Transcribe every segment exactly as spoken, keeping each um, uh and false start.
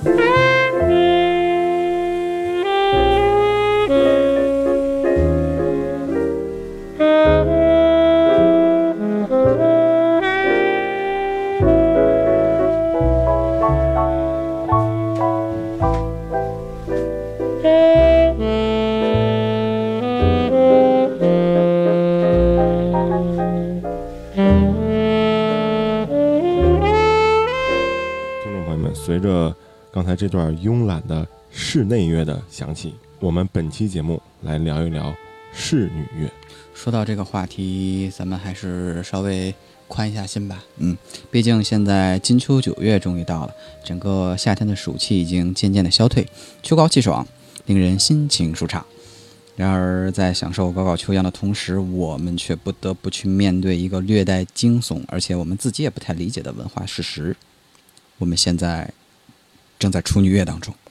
随着刚才这段慵懒的室内乐的响起，我们本期节目来聊一聊室女乐。 说到这个话题，咱们还是稍微宽一下心吧。嗯，毕竟现在金秋九月终于到了，整个夏天的暑气已经渐渐的消退，秋高气爽，令人心情舒畅。然而在享受高考秋阳的同时，我们却不得不去面对一个略带惊悚，而且我们自己也不太理解的文化事实。我们现在正在处女月当中。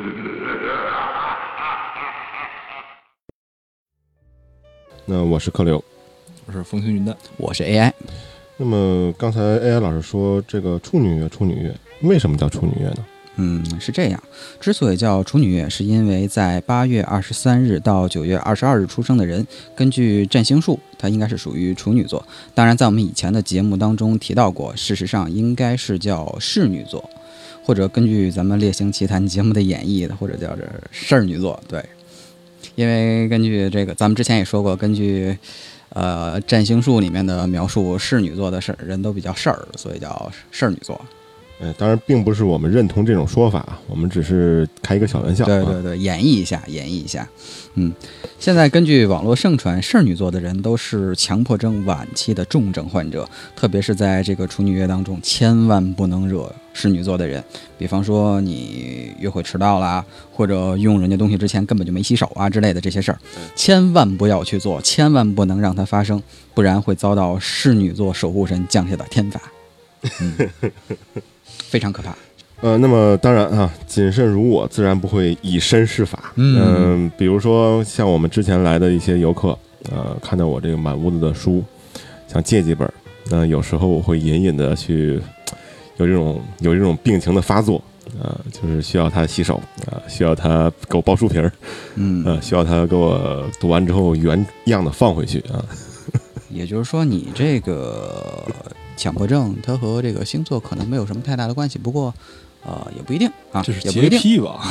那我是克流， 我是风行云的， 我是 A I。 那么刚才 A I 老师说这个处女月，处女月为什么叫处女月呢？ 嗯，是这样，之所以叫处女月，是因为在八月二十三日到九月二十二日出生的人，根据占星术，它应该是属于处女座。当然，在我们以前的节目当中提到过，事实上应该是叫侍女座，或者根据咱们猎星奇谈节目的演绎的，或者叫这事儿女座。对，因为根据这个，咱们之前也说过，根据呃占星术里面的描述，侍女座的事人都比较事儿，所以叫事儿女座。 呃，当然并不是我们认同这种说法，我们只是开一个小玩笑。 对对对，演绎一下，演绎一下。嗯，现在根据网络盛传，事女座的人都是强迫症晚期的重症患者，特别是在这个处女月当中，千万不能惹事女座的人。比方说你约会迟到啦，或者用人家东西之前根本就没洗手啊之类的这些事儿，千万不要去做，千万不能让它发生，不然会遭到事女座守护神降下的天罚。嗯非常可怕。 呃，那么当然啊，谨慎如我，自然不会以身试法。 嗯、 呃，比如说像我们之前来的一些游客，呃，看到我这个满屋子的书，想借几本，那、呃、有时候我会隐隐的去有这种有这种病情的发作，啊、呃，就是需要他洗手啊、呃，需要他给我包书皮儿， 嗯， 呃，需要他给我读完之后原样的放回去啊。 也就是说，你这个强迫症，它和这个星座可能没有什么太大的关系，不过，呃，也不一定啊， 这是洁癖吧？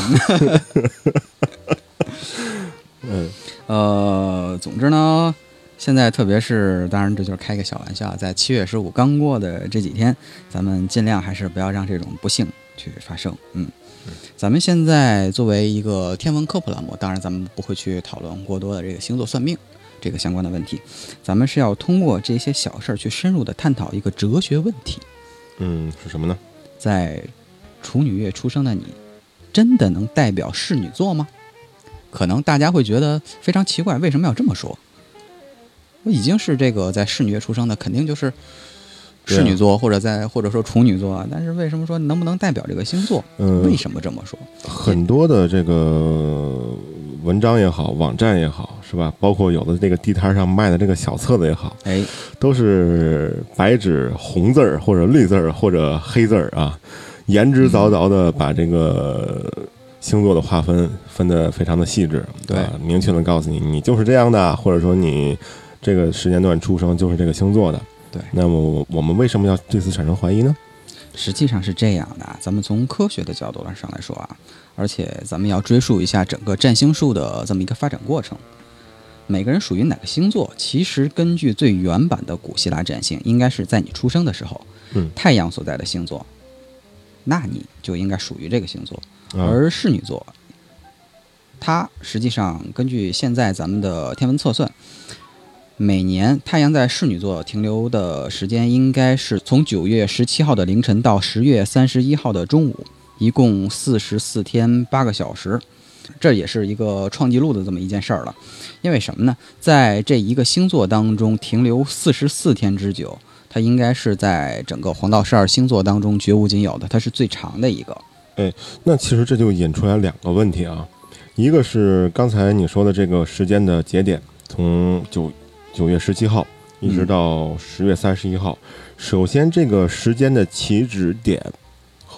嗯，呃，总之呢，现在特别是，当然这就是开个小玩笑，在七月十五刚过的这几天，咱们尽量还是不要让这种不幸去发生。嗯，咱们现在作为一个天文科普栏目，当然咱们不会去讨论过多的这个星座算命这个相关的问题，咱们是要通过这些小事去深入的探讨一个哲学问题。 嗯，是什么呢？ 在处女月出生的你，真的能代表侍女座吗？可能大家会觉得非常奇怪，为什么要这么说？我已经是这个在侍女月出生的，肯定就是侍女座，或者在或者说处女座，但是为什么说能不能代表这个星座？嗯，为什么这么说？ 很多的这个文章也好，网站也好，是吧？包括有的这个地摊上卖的这个小册子也好， 哎， 都是白纸红字儿或者绿字儿或者黑字儿啊，言之凿凿的把这个星座的划分分得非常的细致， 对吧？ 明确的告诉你，你就是这样的，或者说你这个时间段出生就是这个星座的。 对， 那么我们为什么要对此产生怀疑呢？ 实际上是这样的，咱们从科学的角度上来说啊，而且咱们要追溯一下整个占星术的这么一个发展过程。每个人属于哪个星座，其实根据最原版的古希腊占星，应该是在你出生的时候， 嗯， 太阳所在的星座，那你就应该属于这个星座。 嗯、 而侍女座，它实际上根据现在咱们的天文测算，每年太阳在侍女座停留的时间应该是从九月十七号的凌晨到十月三十一号的中午，一共四十四天八个小时，这也是一个创纪录的这么一件事儿了。因为什么呢？在这一个星座当中停留四十四天之久，它应该是在整个黄道十二星座当中绝无仅有的，它是最长的一个。 哎，那其实这就引出来两个问题啊，一个是刚才你说的这个时间的节点，从九九月十七号一直到十月三十一号、嗯，首先这个时间的起止点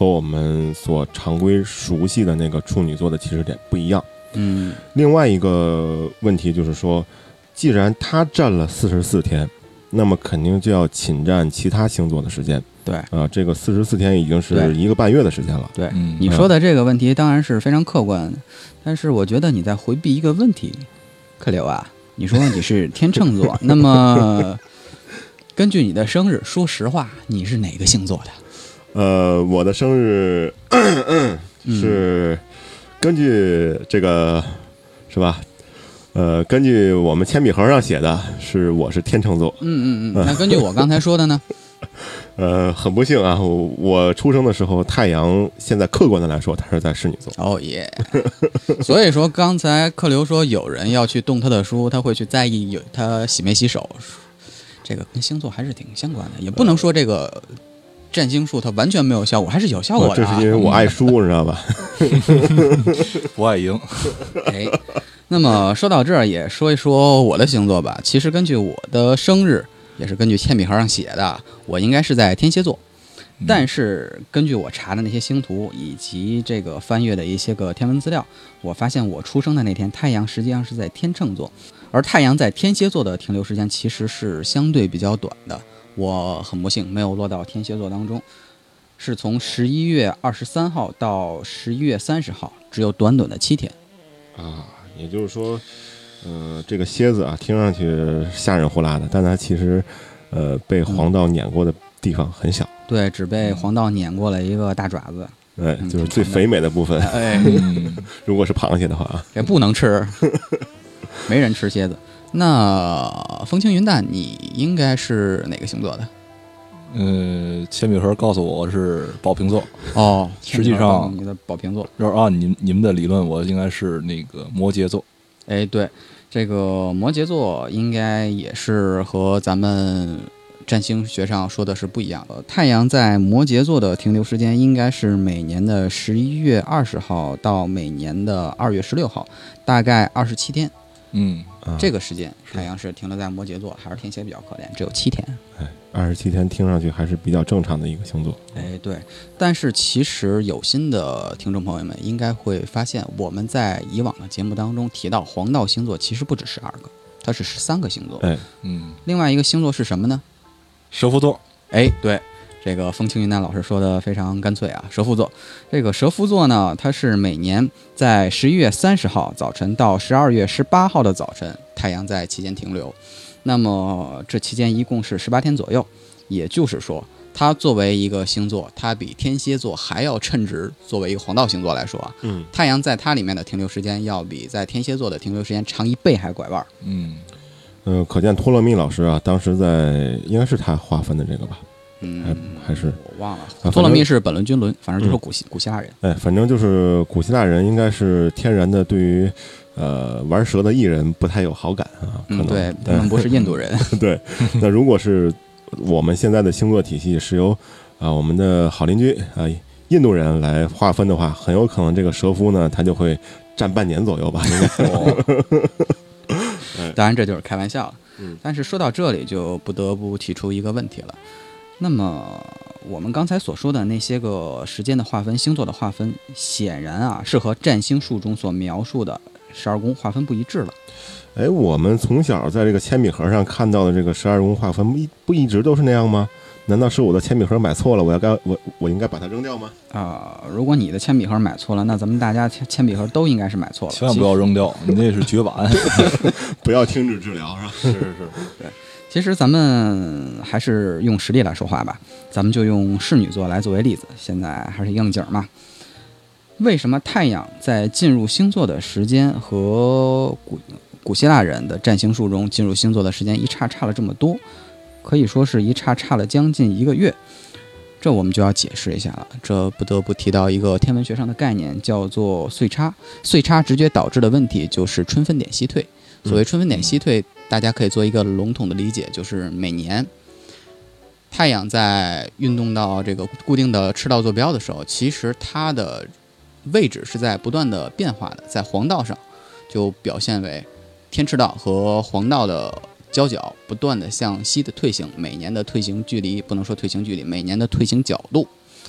和我们所常规熟悉的那个处女座的起始点不一样。 嗯， 另外一个问题就是说，既然它占了四十四天，那么肯定就要侵占其他星座的时间。 对啊、呃，这个四十四天已经是对一个半月的时间了。 对， 嗯你说的这个问题当然是非常客观的，但是我觉得你在回避一个问题，克流啊，你说你是天秤座，那么根据你的生日，说实话，你是哪个星座的？ 呃，我的生日咳咳是根据这个是吧？呃，根据我们铅笔盒上写的是我是天秤座。 嗯嗯嗯，那根据我刚才说的呢？ 呃，很不幸啊，我我出生的时候，太阳现在客观的来说，它是在狮女座。 哦耶！所以说刚才克流说有人要去动他的书，他会去在意有他洗没洗手，这个跟星座还是挺相关的，也不能说这个占星术它完全没有效果，还是有效果的、啊。 这是因为我爱书，你知道吧？ 不爱赢。 哎，那么说到这儿，也说一说我的星座吧。其实根据我的生日，也是根据铅笔盒上写的，我应该是在天蝎座。但是根据我查的那些星图以及这个翻阅的一些个天文资料，我发现我出生的那天太阳实际上是在天秤座，而太阳在天蝎座的停留时间其实是相对比较短的。我很不幸没有落到天蝎座当中，是从十一月二十三号到十一月三十号，只有短短的七天啊，也就是说，呃，这个蝎子啊，听上去吓人呼啦的，但它其实，呃，被黄道碾过的地方很小。 对，只被黄道碾过了一个大爪子。 哎，就是最肥美的部分。 哎， 嗯， 如果是螃蟹的话啊， 这不能吃，没人吃蝎子。那风轻云淡，你应该是哪个星座的？ 呃，铅笔盒告诉我是宝瓶座。 哦， 实际上你的宝瓶座。 要是按你你们的理论，我应该是那个摩羯座。 哎，对，这个摩羯座应该也是和咱们占星学上说的是不一样的。太阳在摩羯座的停留时间应该是每年的十一月二十号到每年的二月十六号，大概二十七天。 嗯， 啊这个时间太阳是停留在摩羯座，还是天蝎比较可怜，只有七天。 哎，二十七天听上去还是比较正常的一个星座。 哎，对，但是其实有心的听众朋友们应该会发现，我们在以往的节目当中提到黄道星座其实不止十二个，它是十三个星座。 哎， 嗯， 另外一个星座是什么呢？ 蛇夫座。 哎，对，这个风轻云淡老师说的非常干脆啊，蛇夫座。这个蛇夫座呢，它是每年在十一月三十号早晨到十二月十八号的早晨，太阳在期间停留。那么这期间一共是十八天左右，也就是说，它作为一个星座，它比天蝎座还要称职。作为一个黄道星座来说啊， 嗯， 太阳在它里面的停留时间要比在天蝎座的停留时间长一倍还拐弯。 嗯， 呃，可见托勒密老师啊，当时在应该是他划分的这个吧？ 嗯， 还还是我忘了。 啊托勒密是本轮均轮，反正就是古希、嗯、古希腊人。 哎，反正就是古希腊人应该是天然的对于呃玩蛇的艺人不太有好感啊。可能嗯，对，他们不是印度人。 对，那如果是我们现在的星座体系是由啊、呃、我们的好邻居啊、呃、印度人来划分的话，很有可能这个蛇夫呢他就会占半年左右吧，应该。哦当然这就是开玩笑了。 嗯， 但是说到这里就不得不提出一个问题了。那么我们刚才所说的那些个时间的划分、星座的划分，显然啊是和占星术中所描述的十二宫划分不一致了。 哎，我们从小在这个铅笔盒上看到的这个十二宫划分，不一不一直都是那样吗？难道是我的铅笔盒买错了？我要该我我应该把它扔掉吗？ 啊、呃，如果你的铅笔盒买错了，那咱们大家铅笔盒都应该是买错了。 千万不要扔掉，你那是绝版。 不要停止治疗，是吧？ 是是是， 对。其实咱们还是用实力来说话吧，咱们就用侍女座来作为例子，现在还是应景嘛。为什么太阳在进入星座的时间和古古希腊人的占星术中进入星座的时间一差差了这么多？可以说是一差差了将近一个月。这我们就要解释一下了，这不得不提到一个天文学上的概念，叫做岁差。岁差直接导致的问题就是春分点西退。所谓春分点西退，大家可以做一个笼统的理解，就是每年太阳在运动到这个固定的赤道坐标的时候，其实它的位置是在不断的变化的。在黄道上就表现为天赤道和黄道的交角不断的向西的退行，每年的退行距离不能说退行距离，每年的退行角度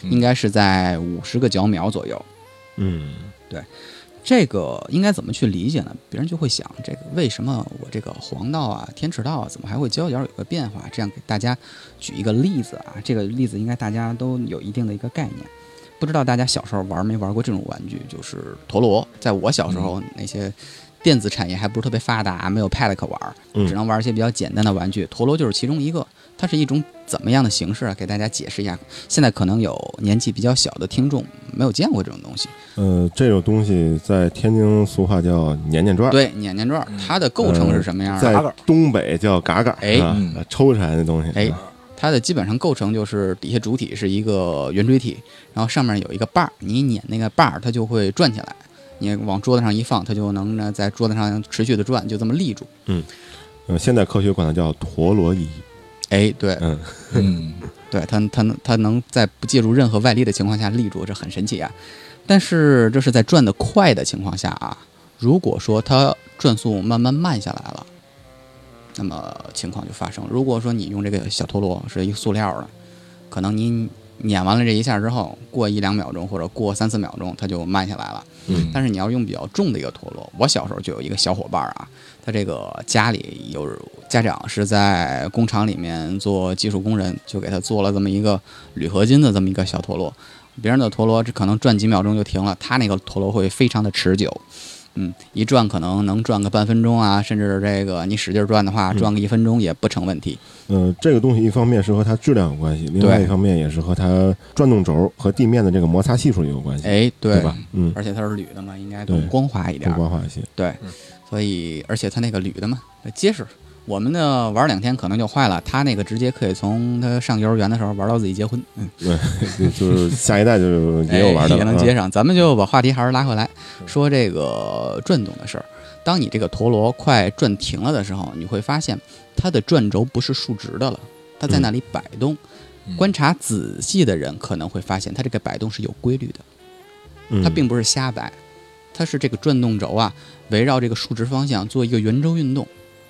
应该是在五十个角秒左右。 嗯， 对，这个应该怎么去理解呢？别人就会想，这个为什么我这个黄道啊、天池道啊，怎么还会交角有个变化？这样给大家举一个例子啊，这个例子应该大家都有一定的一个概念。不知道大家小时候玩没玩过这种玩具，就是陀螺。在我小时候，嗯、那些电子产业还不是特别发达，没有 pad 可玩，只能玩一些比较简单的玩具。陀螺就是其中一个。它是一种怎么样的形式啊？给大家解释一下。现在可能有年纪比较小的听众没有见过这种东西。 呃，这种东西在天津俗话叫年年转。 对，年年转，它的构成是什么样的？ 呃、在东北叫嘎嘎， 哎， 嗯、抽出来的东西。 哎，它的基本上构成就是底下主体是一个圆锥体，然后上面有一个把儿，你一捻那个把儿，它就会转起来。你往桌子上一放，它就能呢在桌子上持续的转，就这么立住。 嗯，呃，现代科学管它叫陀螺仪。 哎，对， 嗯嗯， 对，它它能它能在不借助任何外力的情况下立住，这很神奇啊。但是这是在转得快的情况下啊，如果说它转速慢慢慢下来了，那么情况就发生。如果说你用这个小陀螺是一个塑料的，可能你碾完了这一下之后，过一两秒钟或者过三四秒钟，它就慢下来了。 嗯， 但是你要用比较重的一个陀螺，我小时候就有一个小伙伴啊，他这个家里有家长是在工厂里面做技术工人，就给他做了这么一个铝合金的这么一个小陀螺。别人的陀螺可能转几秒钟就停了，他那个陀螺会非常的持久。嗯，一转可能能转个半分钟啊，甚至这个你使劲转的话，转个一分钟也不成问题。 嗯、呃，这个东西一方面是和它质量有关系，另外一方面也是和它转动轴和地面的这个摩擦系数有关系。 哎，对， 对吧？嗯， 而且它是铝的嘛，应该更光滑一点， 更光滑一些。 对，所以而且它那个铝的嘛，结实。我们呢玩两天可能就坏了，他那个直接可以从他上幼儿园的时候玩到自己结婚。嗯， 对，就是下一代就也有玩的、 哎，也能接上。咱们就把话题还是拉回来，说这个转动的事儿。当你这个陀螺快转停了的时候，你会发现它的转轴不是竖直的了，它在那里摆动。嗯、观察仔细的人可能会发现，它这个摆动是有规律的，它并不是瞎摆，它是这个转动轴啊围绕这个竖直方向做一个圆周运动。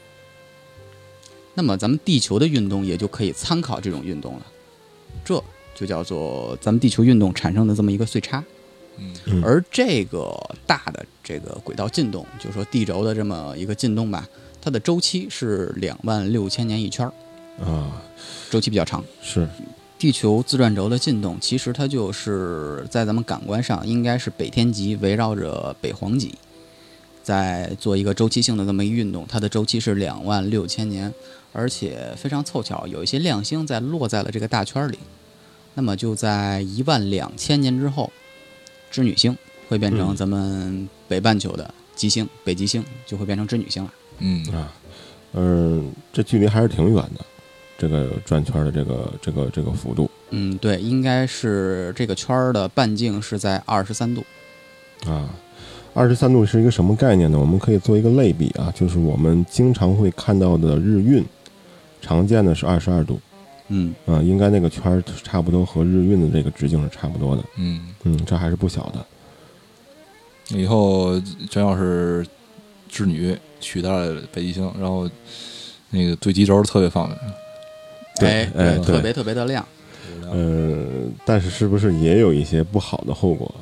那么咱们地球的运动也就可以参考这种运动了，这就叫做咱们地球运动产生的这么一个岁差。 嗯， 而这个大的这个轨道进动，就是说地轴的这么一个进动吧，它的周期是两万六千年一圈啊， 周期比较长。 是地球自转轴的进动，其实它就是在咱们感官上应该是北天极围绕着北黄极，在做一个周期性的这么一运动，它的周期是两万六千年。而且非常凑巧，有一些亮星在落在了这个大圈里，那么就在一万两千年之后，织女星会变成咱们北半球的极星，嗯、北极星就会变成织女星了。 嗯啊，嗯，这距离还是挺远的，这个转圈的这个这个这个幅度。 嗯，对，应该是这个圈的半径是在二十三度。 啊。二十三度是一个什么概念呢？我们可以做一个类比啊，就是我们经常会看到的日晕，常见的是二十二度， 嗯啊，应该那个圈差不多和日晕的这个直径是差不多的， 嗯嗯，这还是不小的。 以后真要是织女取代了北极星，然后那个对极轴特别方便， 对，哎， 特别特别的亮。 呃，但是是不是也有一些不好的后果？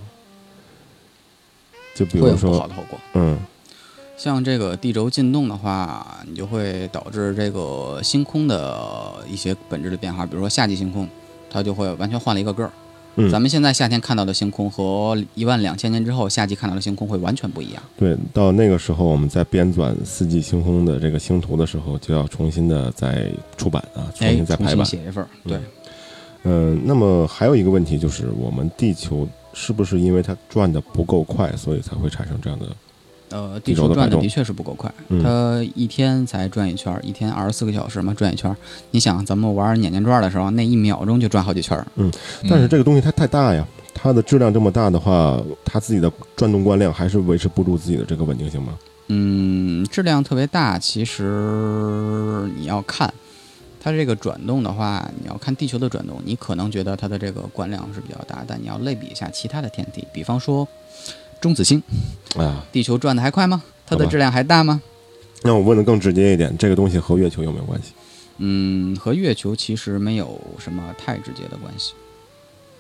就比如说会有不好的后果， 嗯， 像这个地轴进动的话，你就会导致这个星空的一些本质的变化，比如说夏季星空，它就会完全换了一个个儿。 嗯， 咱们现在夏天看到的星空和一万两千年之后夏季看到的星空会完全不一样。 对，到那个时候我们在编纂四季星空的这个星图的时候，就要重新的再出版啊，重新再排版， 写一份。对， 嗯、呃，那么还有一个问题就是，我们地球是不是因为它转的不够快，所以才会产生这样的？ 呃，地球转的的确是不够快，嗯、它一天才转一圈，一天二十四个小时嘛，转一圈。你想，咱们玩碾碾转的时候，那一秒钟就转好几圈。 嗯，但是这个东西它太大呀，它的质量这么大的话，它自己的转动惯量还是维持不住自己的这个稳定性吗？ 嗯，质量特别大，其实你要看它这个转动的话，你要看地球的转动，你可能觉得它的这个惯量是比较大，但你要类比一下其他的天体，比方说中子星啊， 地球转的还快吗？它的质量还大吗？ 那我问的更直接一点，这个东西和月球有没有关系？ 嗯，和月球其实没有什么太直接的关系。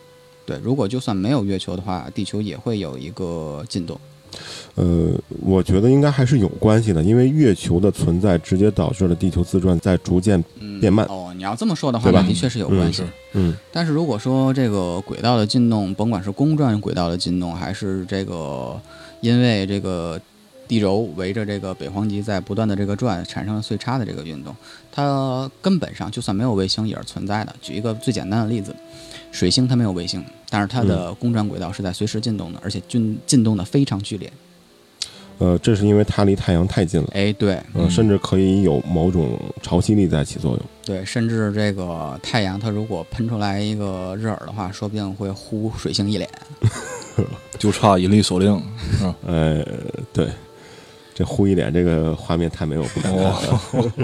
对，如果就算没有月球的话，地球也会有一个进动。 呃，我觉得应该还是有关系的，因为月球的存在直接导致了地球自转在逐渐变慢。 嗯、哦，你要这么说的话， 对吧那的确是有关系。 嗯， 但是如果说这个轨道的进动，甭管是公转轨道的进动，还是这个因为这个地轴围着这个北黄极在不断的这个转，产生了岁差的这个运动，它根本上就算没有卫星也是存在的。举一个最简单的例子，水星它没有卫星，但是它的公转轨道是在随时进动的，而且进进动的非常剧烈。 呃，这是因为它离太阳太近了， 哎，对， 呃，甚至可以有某种潮汐力在起作用。 对，甚至这个太阳它如果喷出来一个热耳的话，说不定会呼水星一脸。 就差引力锁令，是吧？ 呃，对，这呼一脸这个画面太没有不敢看了。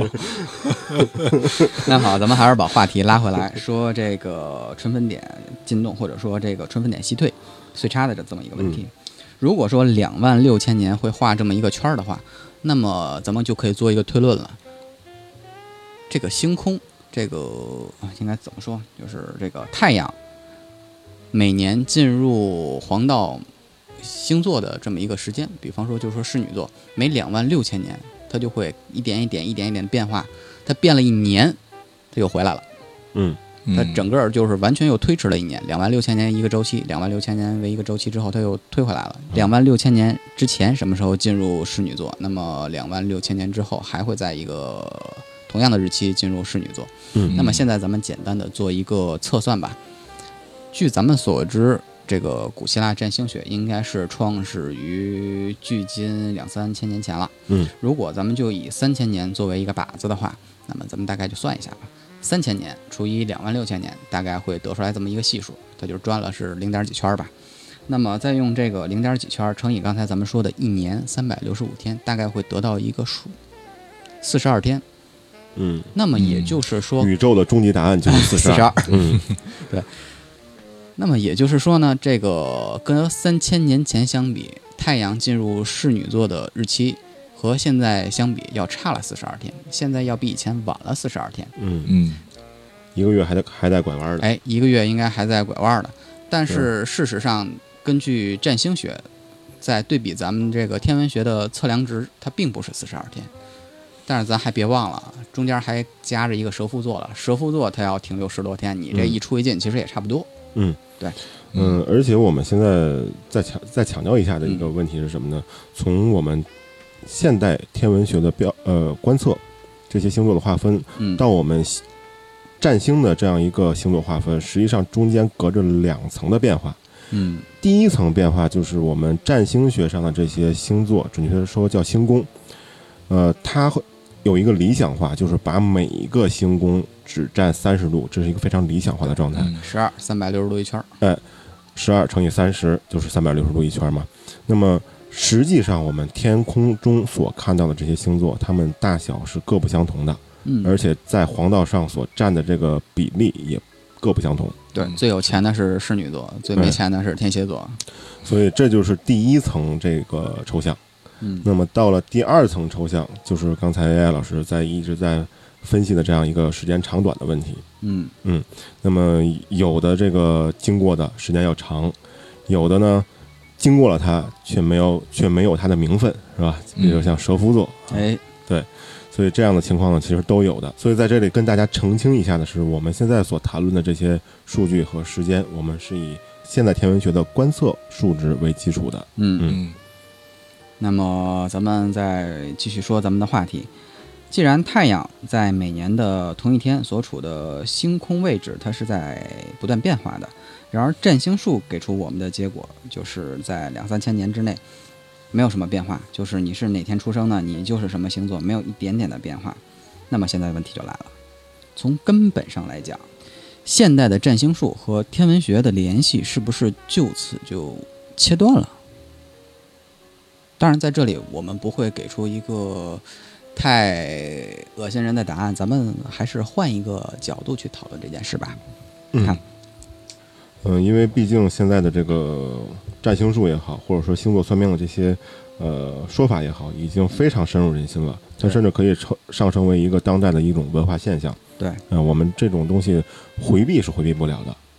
那好，咱们还是把话题拉回来，说这个春分点进动，或者说这个春分点西退、岁差的这么一个问题。嗯、如果说两万六千年会画这么一个圈的话，那么咱们就可以做一个推论了。这个星空，这个应该怎么说？就是这个太阳每年进入黄道星座的这么一个时间，比方说就是说侍女座，每两万六千年它就会一点一点一点一点变化，它变了一年它又回来了。 嗯， 它整个就是完全又推迟了一年，两万六千年一个周期，两万六千年为一个周期之后它又推回来了。两万六千年之前什么时候进入侍女座，那么两万六千年之后还会在一个同样的日期进入侍女座。 嗯， 那么现在咱们简单的做一个测算吧。据咱们所知，这个古希腊占星学应该是创始于距今两三千年前了。 嗯， 如果咱们就以三千年作为一个靶子的话，那么咱们大概就算一下吧。三千年除以两万六千年，大概会得出来这么一个系数，它就转了是零点几圈吧。那么再用这个零点几圈乘以刚才咱们说的一年三百六十五天，大概会得到一个数，四十二天。 嗯， 那么也就是说， 宇宙的终极答案就是四十二。嗯， 对。那么也就是说呢，这个跟三千年前相比，太阳进入侍女座的日期和现在相比要差了四十二天，现在要比以前晚了四十二天。 嗯嗯，一个月还在还在拐弯的。 哎，一个月应该还在拐弯的。但是事实上，根据占星学，在对比咱们这个天文学的测量值，它并不是四十二天。但是咱还别忘了，中间还夹着一个蛇夫座了。蛇夫座它要停留十多天，你这一出一进，其实也差不多。 嗯， 对， 嗯，而且我们现在再强再强调一下的一个问题是什么呢？嗯、从我们现代天文学的标呃观测这些星座的划分， 嗯， 到我们占星的这样一个星座划分，实际上中间隔着两层的变化。 嗯， 第一层变化就是我们占星学上的这些星座，准确说叫星宫，呃，它会有一个理想化，就是把每一个星宫只占三十度，这是一个非常理想化的状态。 十二，三百六十度一圈。 哎，十二乘以三十就是三百六十度一圈嘛。那么实际上我们天空中所看到的这些星座，它们大小是各不相同的， 嗯， 而且在黄道上所占的这个比例也各不相同。 对，最有钱的是侍女座，最没钱的是天蝎座。 所以这就是第一层这个抽象。 嗯， 那么到了第二层抽象，就是刚才 A I 老师在一直在分析的这样一个时间长短的问题。 嗯嗯，那么有的这个经过的时间要长，有的呢经过了它却没有却没有它的名分，是吧？比如像蛇夫座， 哎、嗯， 对，所以这样的情况呢其实都有的。所以在这里跟大家澄清一下的是，我们现在所谈论的这些数据和时间，我们是以现代天文学的观测数值为基础的。 嗯嗯。 嗯，那么咱们再继续说咱们的话题。既然太阳在每年的同一天所处的星空位置，它是在不断变化的，然而占星术给出我们的结果，就是在两三千年之内没有什么变化，就是你是哪天出生呢，你就是什么星座，没有一点点的变化。那么现在问题就来了，从根本上来讲，现代的占星术和天文学的联系是不是就此就切断了？当然在这里我们不会给出一个太恶心人的答案，咱们还是换一个角度去讨论这件事吧。 嗯，嗯、呃，因为毕竟现在的这个占星术也好，或者说星座算命的这些呃说法也好，已经非常深入人心了，它甚至可以成上升为一个当代的一种文化现象。 对， 呃，我们这种东西回避是回避不了的。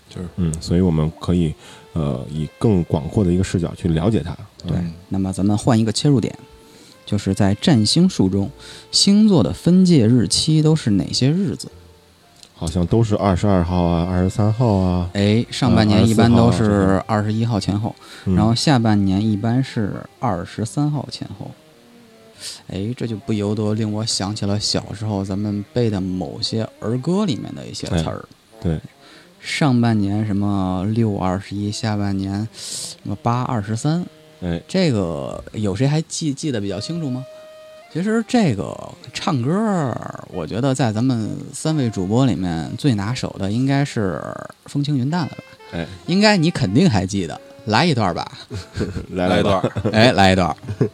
就是嗯，所以我们可以呃以更广阔的一个视角去了解它。 对嗯， 那么咱们换一个切入点，就是在占星术中，星座的分界日期都是哪些日子？ 好像都是二十二号啊，二十三号啊， 哎，上半年一般都是二十一号前后， 嗯、 然后下半年一般是二十三号前后。哎，这就不由得令我想起了小时候咱们背的某些儿歌里面的一些词儿。 哎、对， 上半年什么六二十一，下半年什么八二十三。 哎， 这个有谁还记记得比较清楚吗？其实这个唱歌，我觉得在咱们三位主播里面最拿手的应该是风轻云淡了吧？ 哎， 应该你肯定还记得，来一段吧？ 来一段， 哎，来一段。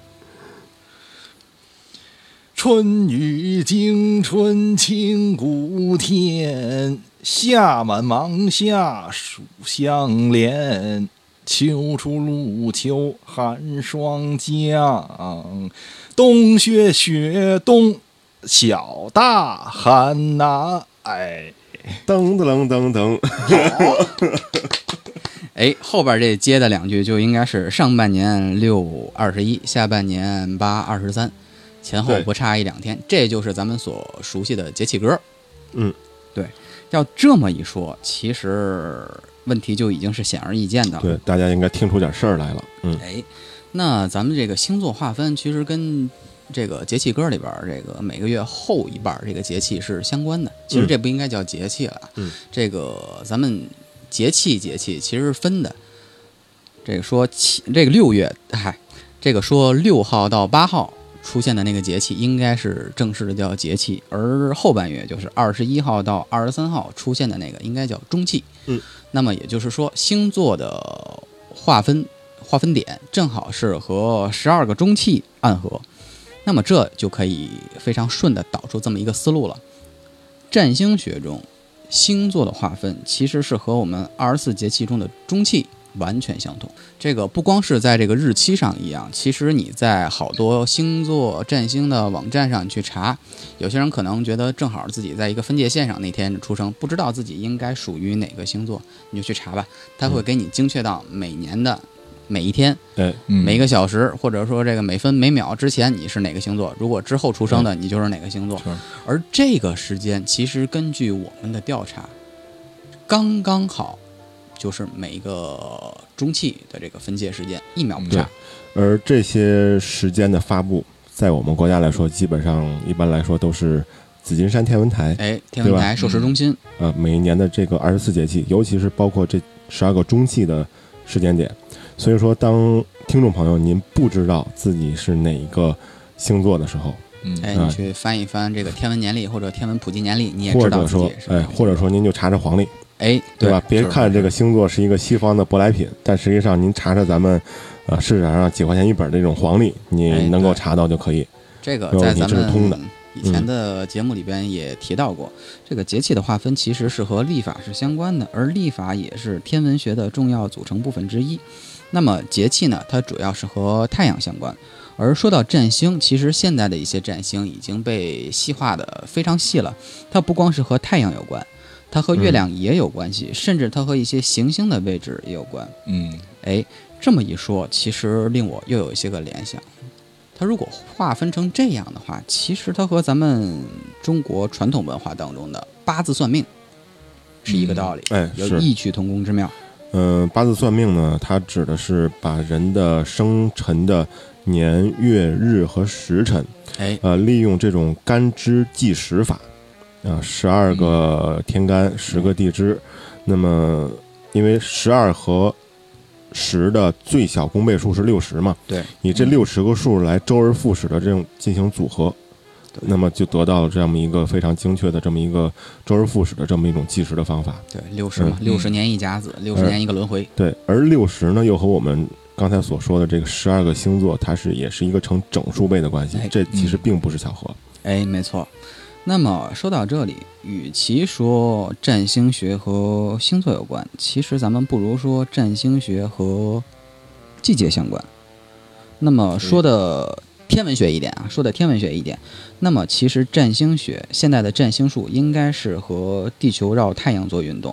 春雨惊春清谷天，夏满芒夏暑相连，秋出露秋寒霜降，冬雪雪冬小大寒呐、啊！哎， 噔噔噔噔噔。 哎，后边这接的两句就应该是上半年六二十一，下半年八二十三，前后不差一两天，这就是咱们所熟悉的节气歌。 嗯， 对，要这么一说，其实问题就已经是显而易见的了。 对，大家应该听出点事儿来了。嗯， 哎，那咱们这个星座划分，其实跟这个节气歌里边这个每个月后一半这个节气是相关的。其实这不应该叫节气了， 嗯， 这个咱们节气节气其实分的。这个说七，这个六月，嗨，这个说六号到八号出现的那个节气，应该是正式的叫节气，而后半月就是二十一号到二十三号出现的那个，应该叫中气。 嗯， 那么也就是说，星座的划分划分点正好是和十二个中气暗合，那么这就可以非常顺的导出这么一个思路了。占星学中，星座的划分其实是和我们二十四节气中的中气完全相同。这个不光是在这个日期上一样，其实你在好多星座占星的网站上去查，有些人可能觉得正好自己在一个分界线上那天出生，不知道自己应该属于哪个星座，你就去查吧，它会给你精确到每年的每一天、 哎， 每个小时，或者说这个每分每秒之前你是哪个星座，如果之后出生的你就是哪个星座。 嗯、 而这个时间其实根据我们的调查，刚刚好就是每一个中气的这个分界时间，一秒不差。 而这些时间的发布，在我们国家来说，基本上一般来说都是紫金山天文台， 哎，天文台授时中心， 呃，每一年的这个二十四节气，尤其是包括这十二个中气的时间点。所以说，当听众朋友您不知道自己是哪一个星座的时候， 嗯， 哎，你去翻一翻这个天文年历或者天文普及年历，你也知道自己是。 哎，或者说您就查查黄历， 哎， 对吧？别看这个星座是一个西方的舶来品，但实际上您查查咱们，呃，市场上几块钱一本的这种黄历，你能够查到就可以。 哎、这个在咱们通的以前的节目里边也提到过，嗯、这个节气的划分其实是和历法是相关的，而历法也是天文学的重要组成部分之一。那么节气呢，它主要是和太阳相关。而说到占星，其实现在的一些占星已经被细化的非常细了，它不光是和太阳有关，它和月亮也有关系，嗯、甚至它和一些行星的位置也有关。 嗯， 哎，这么一说，其实令我又有一些个联想。它如果划分成这样的话，其实它和咱们中国传统文化当中的八字算命是一个道理， 嗯、哎， 有异曲同工之妙。 嗯、呃，八字算命呢，它指的是把人的生辰的年月日和时辰， 哎， 呃，利用这种干支计时法，啊、呃，十二个天干，十、嗯、个地支，那么因为十二和十的最小公倍数是六十嘛， 对， 以这六十个数来周而复始的这种进行组合，那么就得到了这么一个非常精确的这么一个周而复始的这么一种计时的方法。 对，六十嘛，六十、嗯、年一甲子，六十年一个轮回。 对，而六十呢，又和我们刚才所说的这个十二个星座，它是也是一个成整数倍的关系， 哎、 这其实并不是巧合。 哎，没错。那么说到这里，与其说占星学和星座有关，其实咱们不如说占星学和季节相关。那么说的天文学一点啊，说的天文学一点，那么其实占星学现在的占星术应该是和地球绕太阳做运动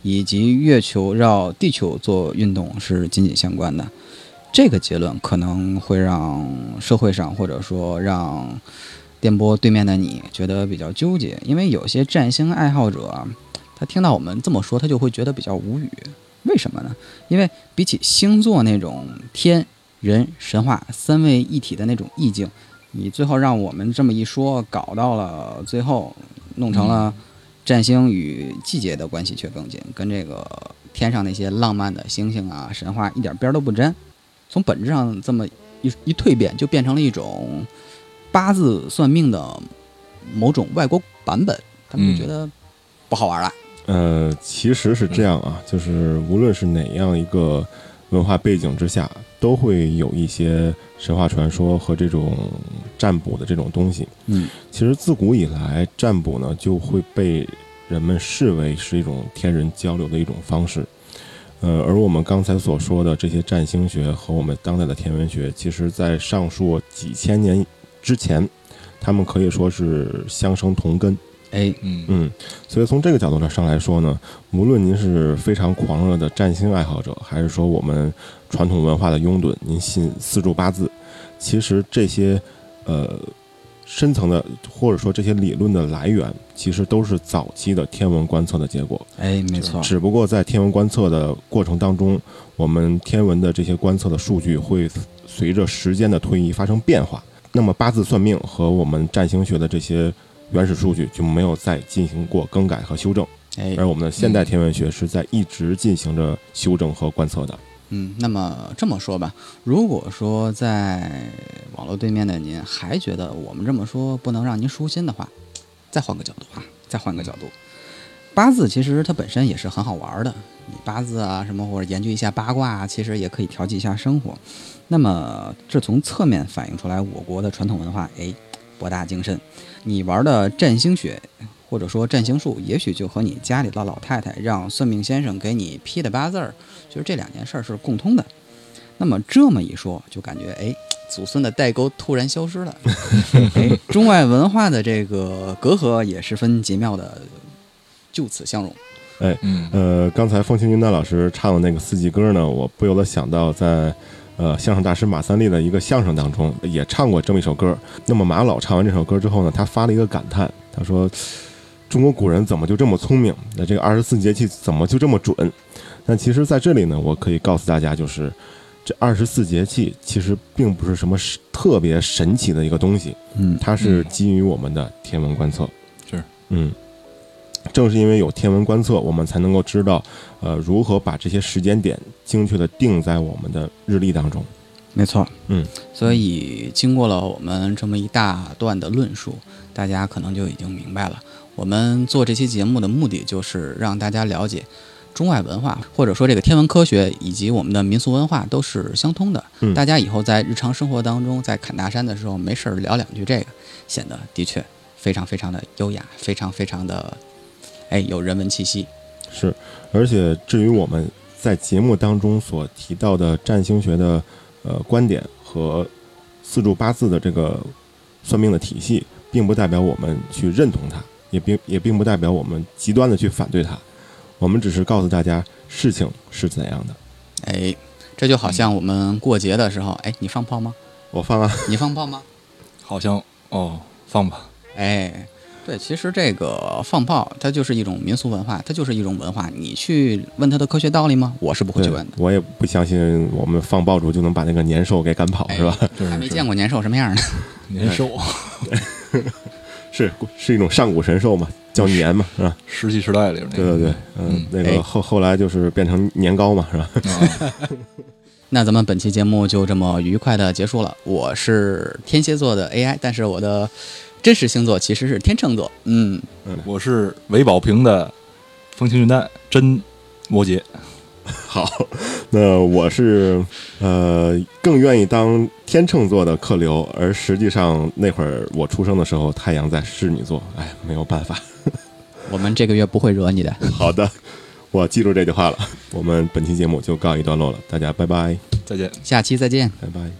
以及月球绕地球做运动是紧紧相关的。这个结论可能会让社会上或者说让电波对面的你觉得比较纠结，因为有些占星爱好者他听到我们这么说，他就会觉得比较无语。为什么呢？因为比起星座那种天人神话三位一体的那种意境，你最后让我们这么一说，搞到了最后弄成了占星与季节的关系却更近，跟这个天上那些浪漫的星星啊神话一点边都不沾。从本质上这么一一蜕变，就变成了一种八字算命的某种外国版本，他们就觉得不好玩了。 呃，其实是这样啊，就是无论是哪样一个文化背景之下，都会有一些神话传说和这种占卜的这种东西。 嗯， 其实自古以来，占卜呢就会被人们视为是一种天人交流的一种方式。呃，而我们刚才所说的这些占星学和我们当代的天文学，其实在上述几千年之前，他们可以说是相生同根。 哎， 嗯嗯，所以从这个角度上来说呢，无论您是非常狂热的占星爱好者，还是说我们传统文化的拥趸，您信四柱八字，其实这些呃深层的或者说这些理论的来源，其实都是早期的天文观测的结果。 哎，没错， 只不过在天文观测的过程当中，我们天文的这些观测的数据会随着时间的推移发生变化。那么八字算命和我们占星学的这些原始数据就没有再进行过更改和修正， 哎， 而我们的现代天文学是在一直进行着修正和观测的。 嗯，那么这么说吧，如果说在网络对面的您还觉得我们这么说不能让您舒心的话，再换个角度啊，再换个角度，八字其实它本身也是很好玩的，你八字啊什么或者研究一下八卦啊，其实也可以调剂一下生活。那么这从侧面反映出来我国的传统文化，哎，博大精深。你玩的占星学或者说占星术，也许就和你家里的老太太让算命先生给你批的八字儿，就是这两件事儿是共通的。那么这么一说，就感觉哎，祖孙的代沟突然消失了，哎，中外文化的这个隔阂也十分极妙的就此相融。 哎，呃，刚才风清云丹老师唱的那个四季歌呢，我不由得想到在呃相声大师马三立的一个相声当中也唱过这么一首歌。那么马老唱完这首歌之后呢，他发了一个感叹，他说中国古人怎么就这么聪明，那这个二十四节气怎么就这么准。但其实在这里呢，我可以告诉大家，就是这二十四节气其实并不是什么特别神奇的一个东西， 嗯， 它是基于我们的天文观测。 是， 嗯，正是因为有天文观测，我们才能够知道呃如何把这些时间点精确的定在我们的日历当中。 没错， 嗯， 所以经过了我们这么一大段的论述，大家可能就已经明白了，我们做这期节目的目的就是让大家了解中外文化，或者说这个天文科学以及我们的民俗文化都是相通的。 嗯， 大家以后在日常生活当中，在侃大山的时候没事聊两句这个，显得的确非常非常的优雅，非常非常的哎有人文气息。 是，而且至于我们在节目当中所提到的占星学的呃观点和四柱八字的这个算命的体系，并不代表我们去认同它，也并也并不代表我们极端的去反对它。我们只是告诉大家事情是怎样的。 哎，这就好像我们过节的时候，哎，你放炮吗？ 我放啊， 你放炮吗？ 好像哦，放吧。 哎，对，其实这个放炮它就是一种民俗文化，它就是一种文化。你去问它的科学道理吗？我是不会去问的。 我也不相信我们放爆竹就能把那个年兽给赶跑， 哎、 是吧？ 还没见过年兽什么样呢。 年兽是是一种上古神兽嘛，叫年嘛，是吧？ 石器时代里边那个。 对对对，嗯， 嗯那个后后来就是变成年糕嘛，是吧？ 啊那咱们本期节目就这么愉快的结束了。我是天蝎座的 A I， 但是我的真实星座其实是天秤座。嗯， 我是韦宝平的风轻云淡真摩羯。 好，那我是呃更愿意当天秤座的客流，而实际上那会儿我出生的时候太阳在侍女座，哎，没有办法。 我们这个月不会惹你的。 好的，我记住这句话了。我们本期节目就告一段落了，大家拜拜， 再见， 下期再见， 拜拜。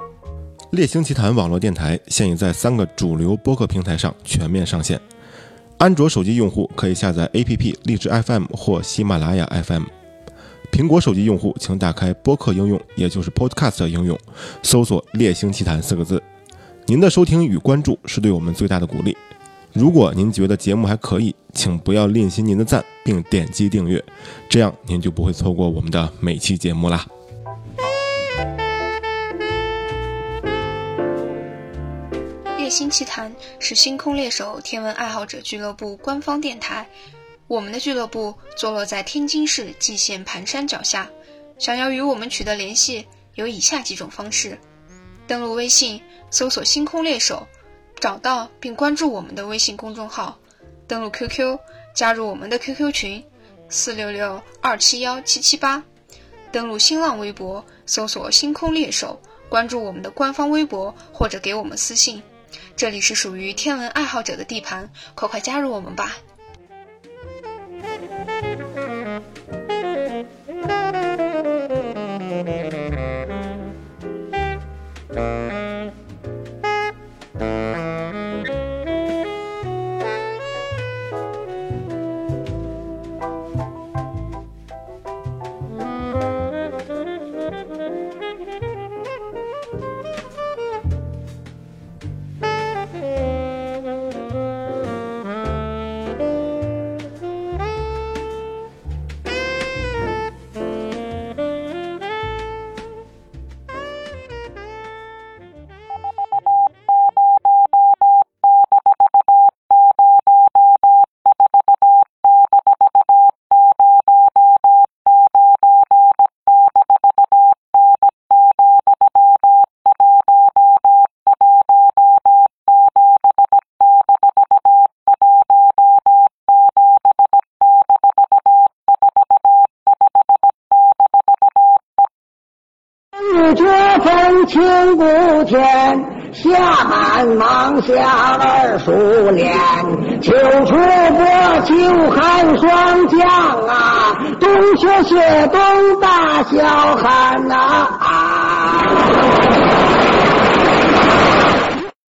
猎星奇谈网络电台现已在三个主流播客平台上全面上线。 安卓手机用户可以下载 A P P 荔枝 F M 或喜马拉雅 F M。苹果手机用户请打开播客应用，也就是 Podcast 应用，搜索猎星奇谈四个字。您的收听与关注是对我们最大的鼓励。如果您觉得节目还可以，请不要吝惜您的赞，并点击订阅，这样您就不会错过我们的每期节目啦。 猎星奇谈是星空猎手天文爱好者俱乐部官方电台。我们的俱乐部坐落在天津市蓟县盘山脚下，想要与我们取得联系，有以下几种方式：登录微信，搜索星空猎手，找到并关注我们的微信公众号；登录 Q Q， 加入我们的 Q Q 群四六六二七一七七八；登录新浪微博，搜索星空猎手，关注我们的官方微博或者给我们私信。这里是属于天文爱好者的地盘，快快加入我们吧。 绝风清谷天，夏寒芒夏二暑连，秋出薄秋寒霜降啊，冬雪雪冬大小寒呐啊。